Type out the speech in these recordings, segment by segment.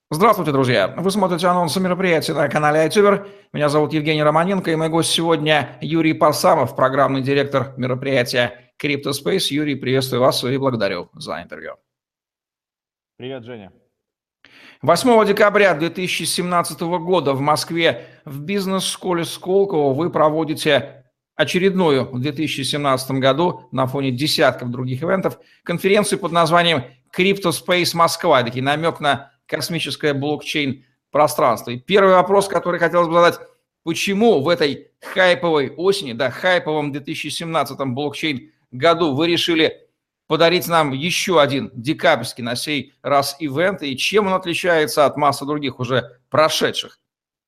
Здравствуйте, друзья! Вы смотрите анонсы мероприятий на канале iTuber. Меня зовут Евгений Романенко, и мой гость сегодня Юрий Парсамов, программный директор мероприятия CryptoSpace. Юрий, приветствую вас и благодарю за интервью. Привет, Женя. 8 декабря 2017 года в Москве в бизнес-школе Сколково вы проводите очередную в 2017 году на фоне десятков других ивентов конференцию под названием CryptoSpace Москва. Такой намек на космическое блокчейн-пространство. И первый вопрос, который хотелось бы задать: почему в этой хайповой осени, да, хайповом 2017 блокчейн году вы решили подарить нам еще один декабрьский на сей раз ивент, и чем он отличается от массы других уже прошедших?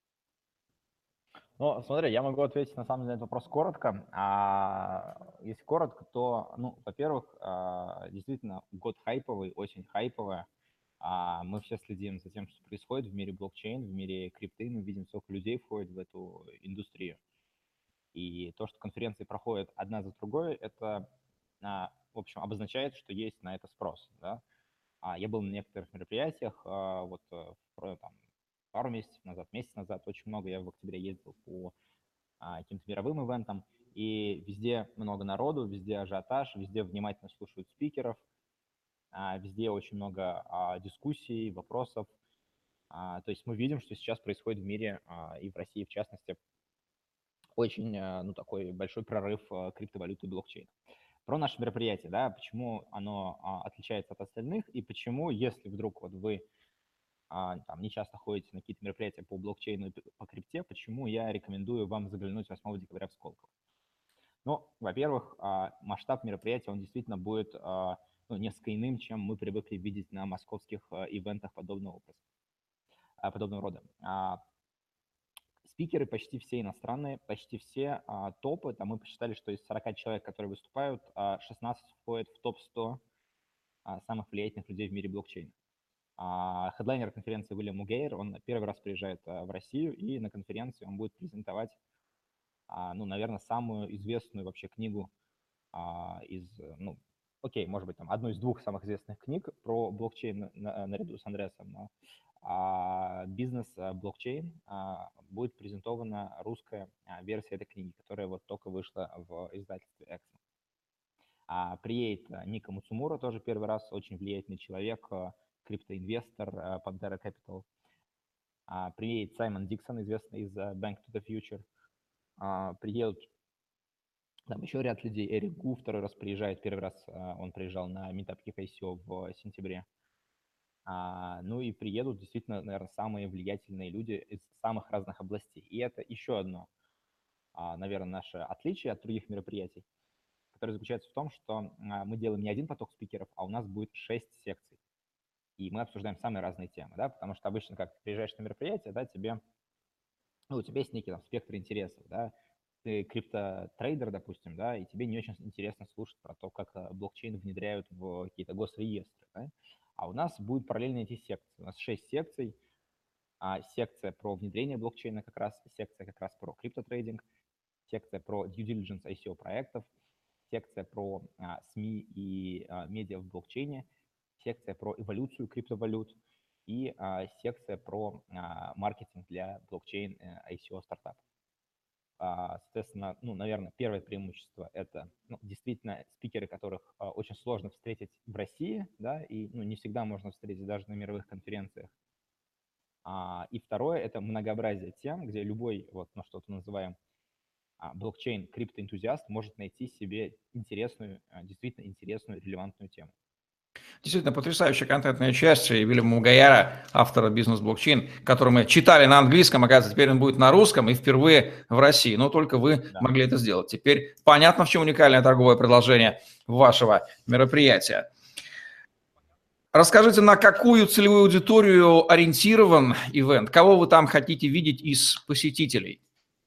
Ну, смотри, я могу ответить на самом деле на этот вопрос коротко. Если коротко, то, во-первых, действительно, год хайповый, очень хайповая. Мы все следим за тем, что происходит в мире блокчейн, в мире крипты. Мы видим, сколько людей входит в эту индустрию. И то, что конференции проходят одна за другой, это, в общем, обозначает, что есть на это спрос. Да? Я был на некоторых мероприятиях, там, пару месяцев назад, месяц назад, очень много. Я в октябре ездил по каким-то мировым ивентам, и везде много народу, везде ажиотаж, везде внимательно слушают спикеров, везде очень много дискуссий, вопросов. То есть мы видим, что сейчас происходит в мире и в России, в частности, очень такой большой прорыв криптовалюты и блокчейна. Про наше мероприятие, да, почему оно отличается от остальных, и почему, если вдруг вот вы там не часто ходите на какие-то мероприятия по блокчейну и по крипте, почему я рекомендую вам заглянуть 8 декабря в Сколково? Ну, во-первых, масштаб мероприятия, он действительно будет несколько иным, чем мы привыкли видеть на московских ивентах подобного рода. Спикеры почти все иностранные, почти все топы. Там мы посчитали, что из 40 человек, которые выступают, 16 входят в топ-100 самых влиятельных людей в мире блокчейна. Хедлайнер конференции Уильям Мугейр, он первый раз приезжает в Россию, и на конференции он будет презентовать, наверное, самую известную вообще книгу может быть, там, одну из двух самых известных книг про блокчейн наряду с Андреасом, но бизнес блокчейн будет презентована русская версия этой книги, которая вот только вышла в издательстве Эксмо. Приедет Ника Муцумура, тоже первый раз, очень влиятельный человек, криптоинвестор Pantera Capital. Приедет Саймон Диксон, известный из Bank to the Future. Приедут там еще ряд людей. Эрик Гу второй раз приезжает. Первый раз он приезжал на митапке ICO в сентябре. И приедут действительно, наверное, самые влиятельные люди из самых разных областей. И это еще одно, наверное, наше отличие от других мероприятий, которое заключается в том, что мы делаем не один поток спикеров, а у нас будет 6 секций. И мы обсуждаем самые разные темы, да, потому что обычно, как ты приезжаешь на мероприятие, да, у тебя есть некий там спектр интересов, да, ты криптотрейдер, допустим, да, и тебе не очень интересно слушать про то, как блокчейн внедряют в какие-то госреестры, да? А у нас будут параллельно эти секции. У нас 6 секций. Секция про внедрение блокчейна как раз, секция как раз про криптотрейдинг, секция про due diligence ICO проектов, секция про СМИ и медиа в блокчейне, секция про эволюцию криптовалют и секция про маркетинг для блокчейн ICO стартапов. Соответственно, наверное, первое преимущество – это действительно спикеры, которых очень сложно встретить в России, да, и не всегда можно встретить даже на мировых конференциях. И второе – это многообразие тем, где любой, что-то называем блокчейн криптоэнтузиаст может найти себе действительно интересную, релевантную тему. Действительно потрясающая контентная часть Вильяма Мугайяра, автора «Бизнес-блокчейн», который мы читали на английском, оказывается, теперь он будет на русском и впервые в России. Но только вы могли это сделать. Теперь понятно, в чем уникальное торговое предложение вашего мероприятия. Расскажите, на какую целевую аудиторию ориентирован ивент? Кого вы там хотите видеть из посетителей?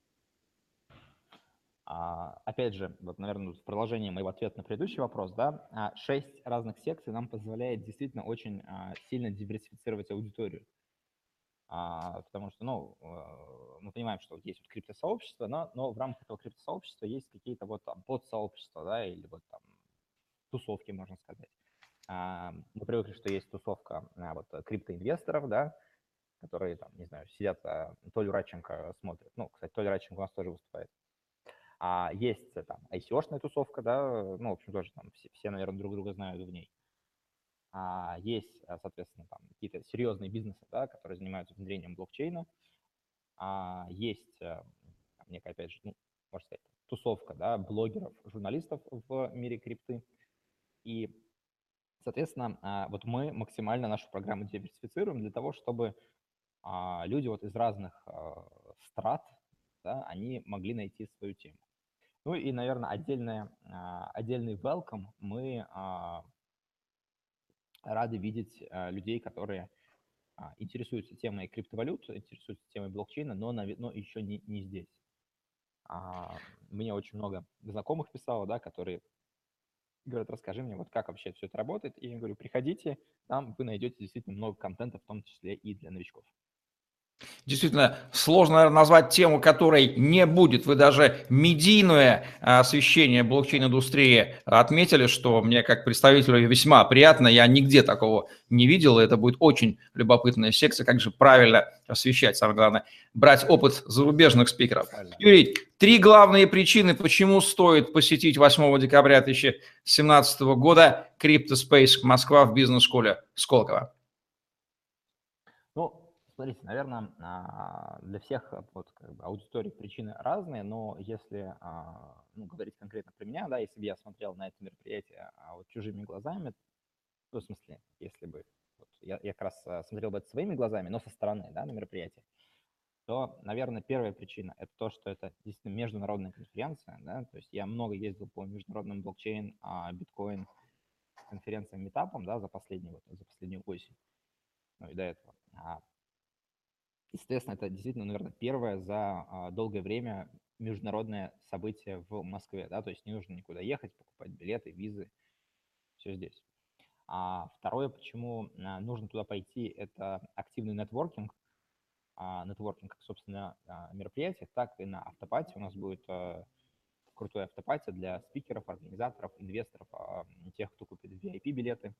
Опять же, наверное, в продолжении моего ответа на предыдущий вопрос, да, 6 разных секций нам позволяет действительно очень сильно диверсифицировать аудиторию. Потому что, мы понимаем, что есть криптосообщество, но в рамках этого криптосообщества есть какие-то подсообщества, да, или тусовки, можно сказать. Мы привыкли, что есть тусовка криптоинвесторов, да, которые, там, не знаю, сидят, Толю Радченко смотрят. Ну, кстати, Толя Радченко у нас тоже выступает. Есть там ICO-шная тусовка, да, ну, в общем, тоже там все, наверное, друг друга знают в ней. Есть, соответственно, там какие-то серьезные бизнесы, да, которые занимаются внедрением блокчейна. Есть некая, опять же, ну, можно сказать, тусовка, да, блогеров, журналистов в мире крипты. И, соответственно, вот мы максимально нашу программу диверсифицируем для того, чтобы люди вот из разных страт, да, они могли найти свою тему. Ну и, наверное, отдельный welcome. Мы рады видеть людей, которые интересуются темой криптовалют, интересуются темой блокчейна, но еще не здесь. Мне очень много знакомых писало, да, которые говорят, расскажи мне, вот как вообще все это работает. И я говорю, приходите, там вы найдете действительно много контента, в том числе и для новичков. Действительно, сложно, наверное, назвать тему, которой не будет. Вы даже медийное освещение блокчейн-индустрии отметили, что мне как представителю весьма приятно. Я нигде такого не видел, и это будет очень любопытная секция, как же правильно освещать. Самое главное, брать опыт зарубежных спикеров. Правильно. Юрий, 3 главные причины, почему стоит посетить 8 декабря 2017 года CryptoSpace Москва в бизнес-школе Сколково. Ну, смотрите, наверное, для всех вот, как бы, аудиторий причины разные, но если говорить конкретно про меня, да, если бы я смотрел на это мероприятие вот, чужими глазами, ну, в смысле, если бы вот, я как раз смотрел бы это своими глазами, но со стороны, да, на мероприятие, то, наверное, первая причина – это то, что это действительно международная конференция, да, то есть я много ездил по международным блокчейн, биткоин конференциям, митапам, да, за последнюю осень, ну и до этого. Естественно, это действительно, наверное, первое за долгое время международное событие в Москве, да, то есть не нужно никуда ехать, покупать билеты, визы, все здесь. Второе, почему нужно туда пойти, это активный нетворкинг. Нетворкинг, как, собственно, мероприятие, так и на автопате. У нас будет крутое автопати для спикеров, организаторов, инвесторов, тех, кто купит VIP-билеты.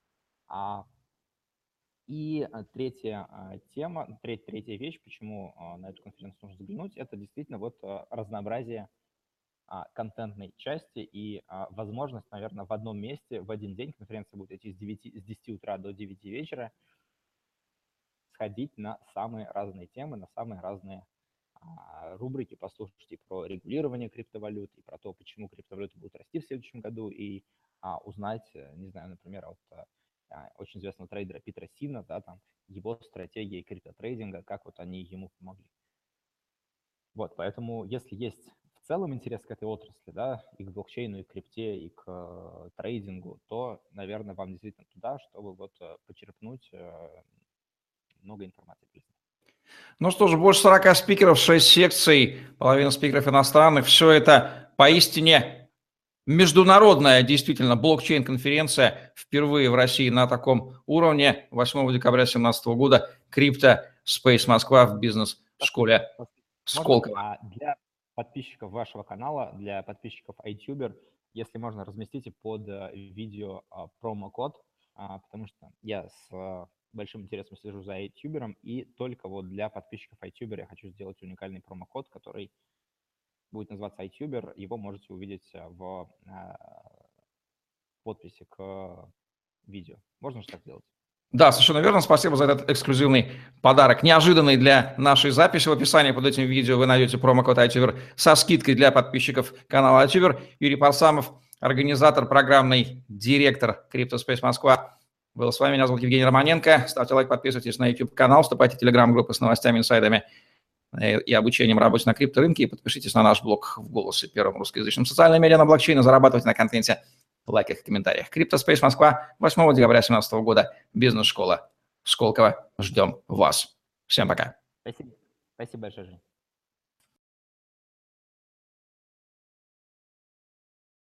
И третья вещь, почему на эту конференцию нужно заглянуть, это действительно вот разнообразие контентной части и возможность, наверное, в одном месте, в один день, конференция будет идти с 10 утра до 9 вечера, сходить на самые разные темы, на самые разные рубрики, послушать и про регулирование криптовалют, и про то, почему криптовалюты будут расти в следующем году, и узнать, не знаю, например, от очень известного трейдера Питера Сина, да, там, его стратегии криптотрейдинга, как вот они ему помогли. Вот, поэтому если есть в целом интерес к этой отрасли, да, и к блокчейну, и к крипте, и к трейдингу, то, наверное, вам действительно туда, чтобы вот почерпнуть много информации. Ну что ж, больше 40 спикеров, 6 секций, половина спикеров иностранных. Все это поистине международная действительно блокчейн-конференция впервые в России на таком уровне. 8 декабря 2017 года CryptoSpace Москва в бизнес-школе Сколково. Для подписчиков вашего канала, для подписчиков iTuber, если можно, разместите под видео промокод, потому что я с большим интересом слежу за iTuber, и только вот для подписчиков iTuber я хочу сделать уникальный промокод, который будет называться iTuber. Его можете увидеть в подписи к видео. Можно же так делать? Да, совершенно верно. Спасибо за этот эксклюзивный подарок. Неожиданный для нашей записи. В описании под этим видео вы найдете промокод iTuber со скидкой для подписчиков канала iTuber. Юрий Парсамов, организатор, программный директор CryptoSpace Москва, был с вами. Меня зовут Евгений Романенко. Ставьте лайк, подписывайтесь на YouTube-канал, вступайте в Telegram-группу с новостями, инсайдами и обучением работе на крипторынке. И подпишитесь на наш блог в «Голосе», первом русскоязычном социальном медиа на блокчейне. Зарабатывайте на контенте, лайках и комментариях. CryptoSpace Москва, 8 декабря 2017 года. Бизнес-школа Сколково. Ждем вас. Всем пока. Спасибо. Спасибо большое, Жень.